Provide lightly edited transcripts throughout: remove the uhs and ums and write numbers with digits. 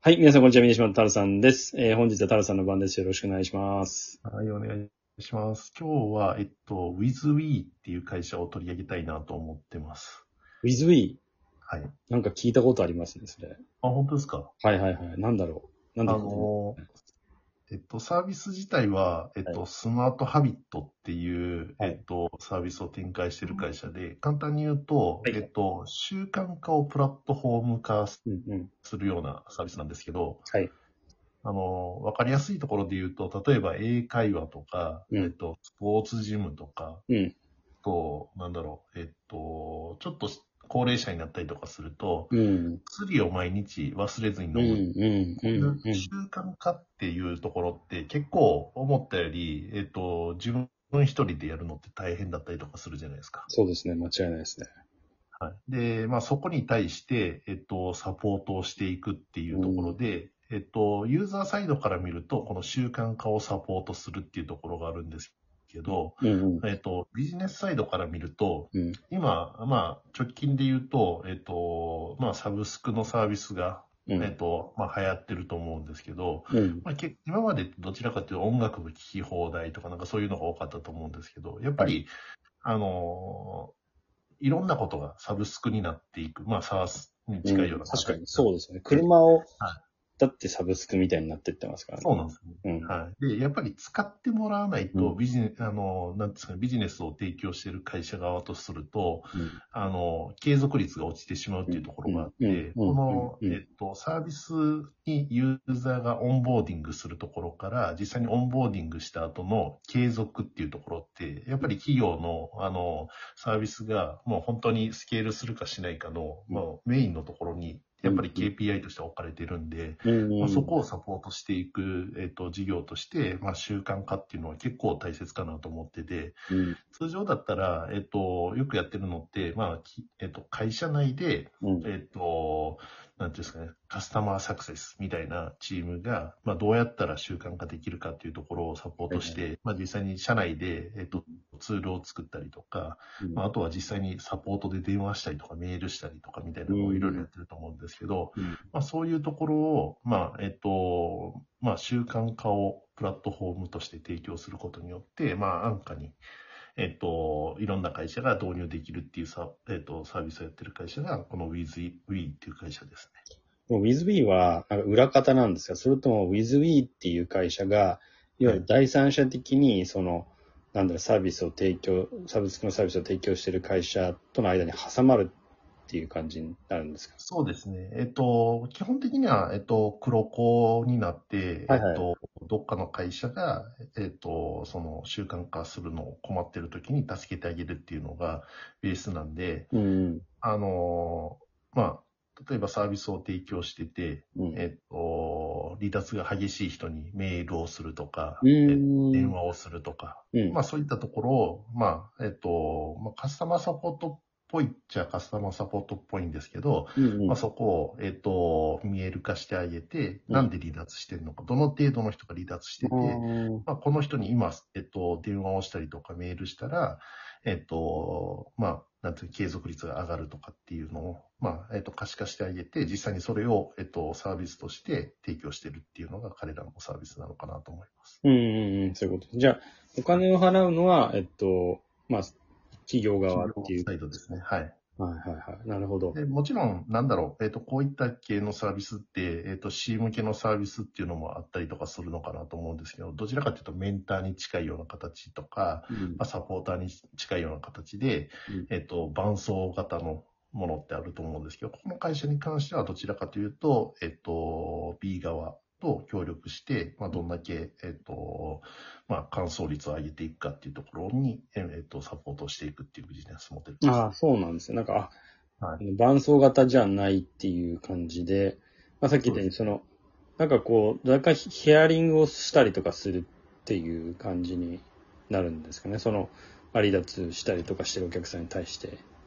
はい、皆さんこんにちは、峰島のタルさんです。本日はタルさんの番です。よろしくお願いします。 はい、お願いします。今日は、WithWe っていう会社を取り上げたいなと思ってます。 WithWe。 はい。 なんか聞いたことありますね、それ。 あ、本当ですか？ はいはいはい。なんだろう。なんであ聞いてるの、サービス自体は、 はい。 スマートハビットっていう、 はい。 サービスを展開している会社で、簡単に言うと、 はい。 習慣化をプラットフォーム化すうんうん。 るようなサービスなんですけど、 はい。 わかりやすいところで言うと、例えば英会話とか、 うん。 スポーツジムとか、 うん。 なんだろう、ちょっと高齢者になったりとかすると、 うん。 薬を毎日忘れずにうん。 飲む。 うん。うこういうん。うん。 習慣化っていうところって結構思ったより、自分一人でやるのって大変だったりとかするじゃないですか。 そうですね。間違いないですね。 はい。で、まあそこに対して、サポートをしていくっていうところうん。 で、ユーザーサイドから見ると、この習慣化をサポートするっていうところがあるんですけど、 うん。 ビジネスサイドから見ると、 うん。 今、まあ、直近で言うと、まあ、サブスクのサービスが、 うん。 まあ、流行ってると思うんですけど、 うん。 まあ、今までどちらかというと音楽の聴き放題とかなんかそういうのが多かったと思うんですけど、やっぱはい。 り、あのいろんなことがサブスクになっていく、まあ、サースに近いよううん。 な確かに形になっそうですね。 て、 車を、 はい、 だってサブスクみたいになってってますからね。 そうなんですね。 うん。 はい。で、やっぱり使ってもらわないうん。 となんですかね、ビジネスを提供している会社側とすると、 うん。 継続率が落ちてしまうっうん。 ていうところうん。 があっうん。 て、 うん。うん。うん。 サービスにユーザーがオンボーディングするところから、実際にオンボーディングした後の継続っていうところって、やっぱり企業の、サービスがもう本当にスケールするかしないかの、まあ、メインのところに、 うん。 やっぱり KPI として置かれてるんで、 うん。 まあ、 うん。 そこをサポートしていく、事業として、まあ、習慣化っていうのは結構大切かなと思ってて、 うん。 通常だったら、よくやってるのって、まあ、会社内で、 うん。 なんていうんですかね、カスタマーサクセスみたいなチームが、まあ、どうやったら習慣化できるかっていうところをサポーはいはい。 トして、まあ、実際に社内で、ツールを作ったりとか、 うん。 まあ、あとは実際にサポートで電話したりとか、メールしたりとかみたいうなのをいろいろやん。 ってると思うんですけど、 うん。 まあ、そういうところを、まあ、習慣化をプラットフォームとして提供することによって、まあ、安価に、いろんな会社が導入できるっていうサービスをやってる会社が、この WithWe っていう会社ですね。 もう WithWe は、なんか裏方なんですか？それとも WithWe っていう会社が、いわゆるはい。 第三者的に、なんだろう、サービスを提供、サブスクのサービスを提供している会社との間に挟まるっていう感じになるんですか？ そうですね。基本的には、黒子になって、 はいはい。 どっかの会社が、その習慣化するのを困ってる時に助けてあげるっていうのがベースなんで、 うん。 まあ、例えばサービスを提供してて、 うん。 離脱が激しい人にメールをするとか、 うん。 電話をするとか、 うん。 まあそういったところを、まあカスタマーサポートっぽいっちゃカスタマーサポートっぽいんですけど、 うん。うん。 まあそこを、見える化してあげて、 うん。 なんで離脱してるのか、どの程度の人が離脱してて、まあこの人に今、電話をしたりとかメールしたら、まあ、なんていう継続率が上がるとかっていうのを、まあ、可視化してあげて、実際にそれを、サービスとして提供してるっていうのが彼らのサービスなのかなと思います。 うん。うん。そういうこと。じゃあ、お金を払うのは、まあ、企業側企業っていう。 サイドですね。はい。 はいはいはい。なるほど。 で、もちろん、なんだろう、こういった系のサービスって、C 向けのサービスっていうのもあったりとかするのかなと思うんですけど、どちらかというとメンターに近いような形とか、 うん。 まあ、サポーターに近いような形で、 うん。 伴走型のものってあると思うんですけど、この会社に関してはどちらかというと、B 側と協力して、まあ、どんだけ、まあ、完走率を上げていくかっていうところに、サポートしていくっていうビジネスモデルですああ、そうなんですよ。なんか、 ね。はい。 伴奏型じゃないっていう感じで、まあ、さっき言ったように、 そうです。 なんかこう、若干ヒアリングをしたりとかするっていう感じになるんですかね。離脱したりとかしてるお客さんに対して。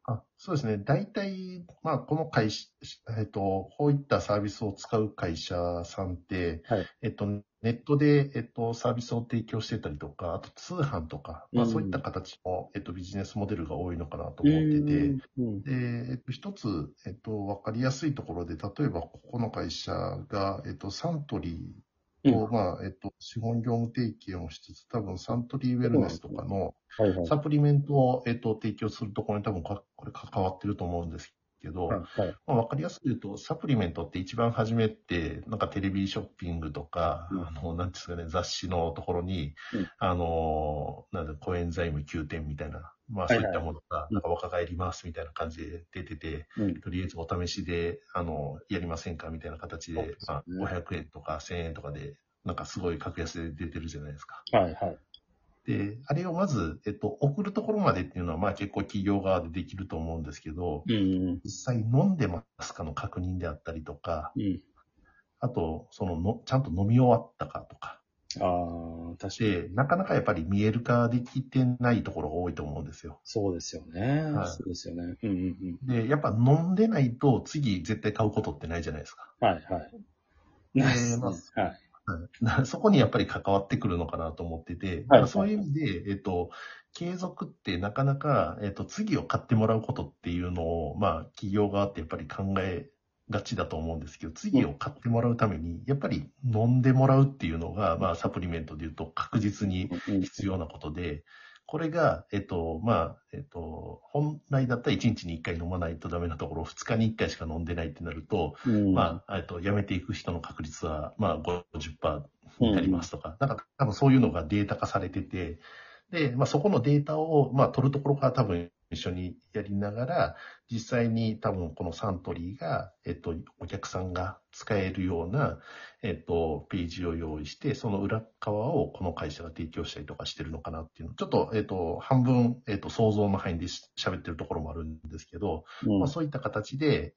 そうですね。大体、まあ、この会社、こういったサービスを使う会社さんって、 はい。 ネットで、サービスを提供してたりとか、あと通販とか、まあ、そういった形の、ビジネスモデルが多いのかなと思ってて、で、一つ、わかりやすいところで、例えば、ここの会社が、サントリーと、まあ、資本業務提携をしつつ、多分サントリーウェルネスとかのはいはい。 サプリメントを、提供するところに多分これ関わってると思うんですけど、 はいはい。 まあ、わかりやすく言うと、サプリメントって一番初めって、なんかテレビショッピングとか、なんですかね、雑誌のところに、なんだ、コエンザイム9点みたいな、まあそういったものが、なんか若返りますみたいな感じで出てて、とりあえずお試しで、やりませんかみたいな形で、まあ500円とか1000円とかで、なんかすごい格安で出てるじゃないですか。 はいはい。 で、あれをまず、送るところまでっていうのは、まあ結構企業側でできると思うんですけど、実際飲んでますかの確認であったりとか、あと、ちゃんと飲み終わったかとか。 ああ、確かに。 で、なかなかやっぱり見える化できてないところが多いと思うんですよ。 そうですよね。 はい。 そうですよね。 で、やっぱ飲んでないと次絶対買うことってないじゃないですか。 はいはい。 で、 ないっすまね。はい。 あ、そこにやっぱり関わってくるのかなと思ってて、だはいはい。 からそういう意味で、継続ってなかなか、次を買ってもらうことっていうのを、まあ、企業側ってやっぱり考えがちだと思うんですけど、次を買ってもらうために、やっぱり飲んでもらうっていうのが、まあ、サプリメントで言うと確実に必要なことで、これが、まあ、本来だったら1日に1回飲まないとダメなところ、2日に1回しか飲んでないってなると、まあ、やめていく人の確率は、まあ、50%になりますとか、なんか多分そういうのがデータ化されてて、で、まあ、そこのデータを、まあ、取るところから多分一緒にやりながら、実際に多分このサントリーが、お客さんが使えるような、ページを用意して、その裏側をこの会社が提供したりとかしてるのかなっていうの。ちょっと、半分、想像の範囲で喋ってるところもあるんですけど、まあ、そういった形で、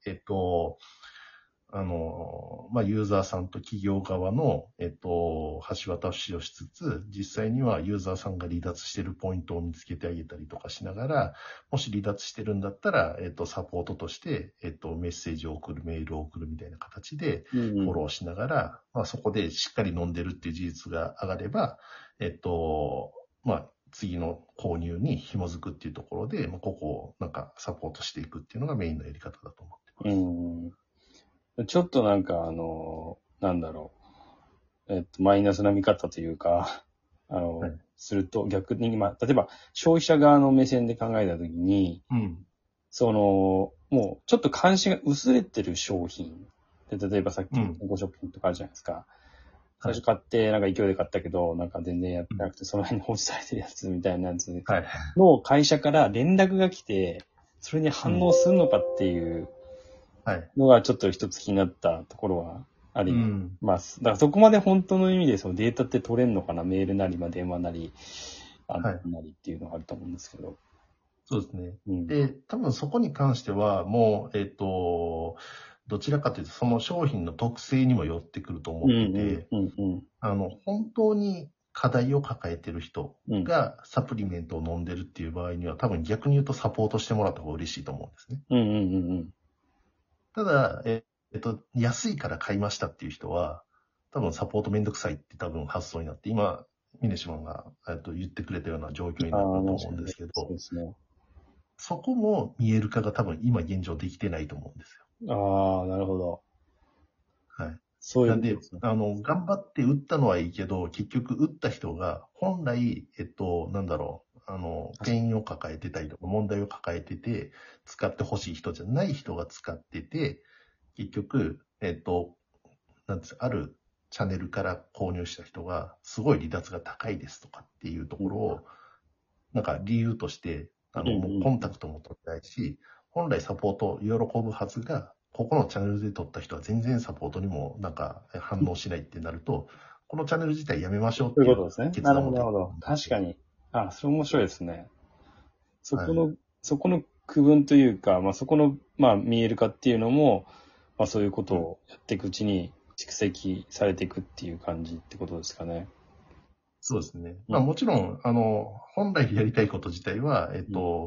まあ、ユーザーさんと企業側の、橋渡しをしつつ、実際にはユーザーさんが離脱しているポイントを見つけてあげたりとかしながら、もし離脱してるんだったら、サポートとして、メッセージを送る、メールを送るみたいな形で、フォローしながら、まあ、そこでしっかり飲んでるっていう事実が上がれば、まあ、次の購入に紐づくっていうところで、まあ、ここをなんかサポートしていくっていうのがメインのやり方だと思ってます。 ちょっとなんかなんだろう。マイナスな見方というか、はい、すると逆に、まあ、例えば消費者側の目線で考えたときに、もうちょっと関心が薄れてる商品で、例えばさっきの健康食品とかあるじゃないですか。最初買って、なんか勢いで買ったけど、なんか全然やってなくて、その辺に放置されてるやつみたいなやつの会社から連絡が来て、それに反応するのかっていうのがちょっと一つ気になったところはあります。だからそこまで本当の意味でそのデータって取れるのかな、メールなり、電話なり、なりっていうのがあると思うんですけど。 そうですね。で、多分そこに関しては、もう、どちらかというと、その商品の特性にもよってくると思ってて、本当に課題を抱えてる人がサプリメントを飲んでるっていう場合には、多分逆に言うとサポートしてもらった方が嬉しいと思うんですね。ただ、安いから買いましたっていう人は、多分サポートめんどくさいって多分発想になって、今、ミネシマンが言ってくれたような状況になると思うんですけど、そこも見える化が多分今現状できてないと思うんですよ。ああ、なるほど。 はい。そういうことですね。なんで、頑張って打ったのはいいけど、結局打った人が本来、なんだろう、原因を抱えてたりとか、問題を抱えてて、使ってほしい人じゃない人が使ってて、結局、なんですあるチャンネルから購入した人が、すごい離脱が高いですとかっていうところを、なんか理由として、もうコンタクトも取れないし、本来サポートを喜ぶはずが、ここのチャンネルで取った人は全然サポートにもなんか反応しないってなると、このチャンネル自体やめましょうっていうことですね。なるほど、なるほど。確かに。あ、それ面白いですね。そこの区分というか、まあそこの、まあ見える化っていうのも、まあそういうことをやっていくうちに蓄積されていくっていう感じってことですかね。 そうですね。まあもちろん、本来やりたいこと自体は、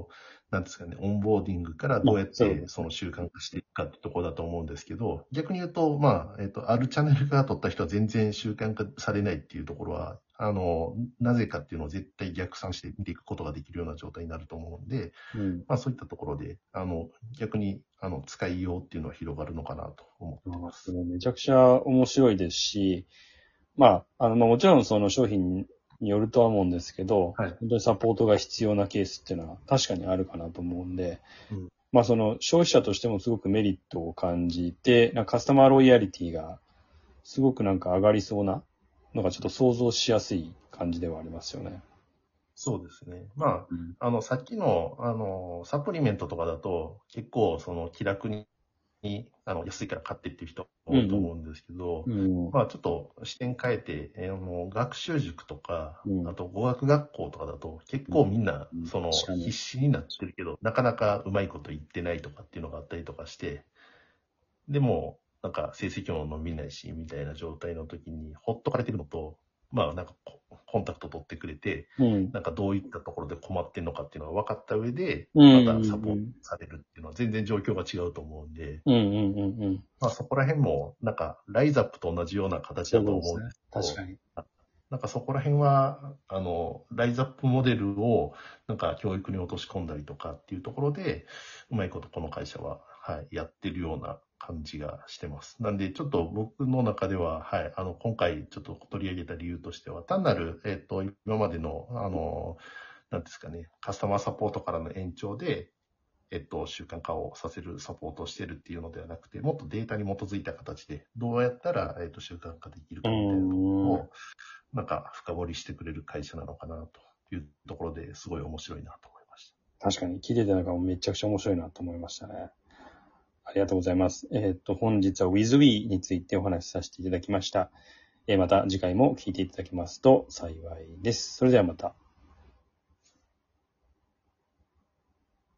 なんですかね、オンボーディングからどうやってその習慣化していくかってところだと思うんですけど、逆に言うと、あるチャンネルから取った人は全然習慣化されないっていうところは、なぜかっていうのを絶対逆算して見ていくことができるような状態になると思うんで、そういったところで、逆に、使いようっていうのは広がるのかなと思ってます。 めちゃくちゃ面白いですし、もちろんその商品によるとは思うんですけど、 はい、 本当にサポートが必要なケースっていうのは確かにあるかなと思うんで、 うん、 その消費者としてもすごくメリットを感じて、カスタマーロイヤリティがすごく上がりそうなのがちょっと想像しやすい感じではありますよね。 そうですね。さっきの、サプリメントとかだと、結構、気楽に、安いから買ってっていう人多いと思うんですけど、ちょっと視点変えて、学習塾とか、あと語学学校とかだと、結構みんな、必死になってるけど、なかなかうまいこと言ってないとかっていうのがあったりとかして、でも、成績も伸びないし、みたいな状態の時に、ほっとかれてるのと、コンタクト取ってくれて、どういったところで困ってんのかっていうのが分かった上で、またサポートされるっていうのは全然状況が違うと思うんで、そこら辺も、ライザップと同じような形だと思うんですけど、 確かに。 そこら辺は、ライザップモデルを、教育に落とし込んだりとかっていうところで、うまいことこの会社は、やってるような感じがしてます。なんで、ちょっと僕の中では、今回ちょっと取り上げた理由としては、単なる、今までの、なんですかね、カスタマーサポートからの延長で、習慣化をさせるサポートをしているっていうのではなくて、もっとデータに基づいた形で、どうやったら、習慣化できるかみたいなところを、深掘りしてくれる会社なのかなというところですごい面白いなと思いました。 確かに聞いててめちゃくちゃ面白いなと思いましたね。ありがとうございます。本日は WithWe についてお話しさせていただきました。また次回も聞いていただけますと幸いです。それではまた。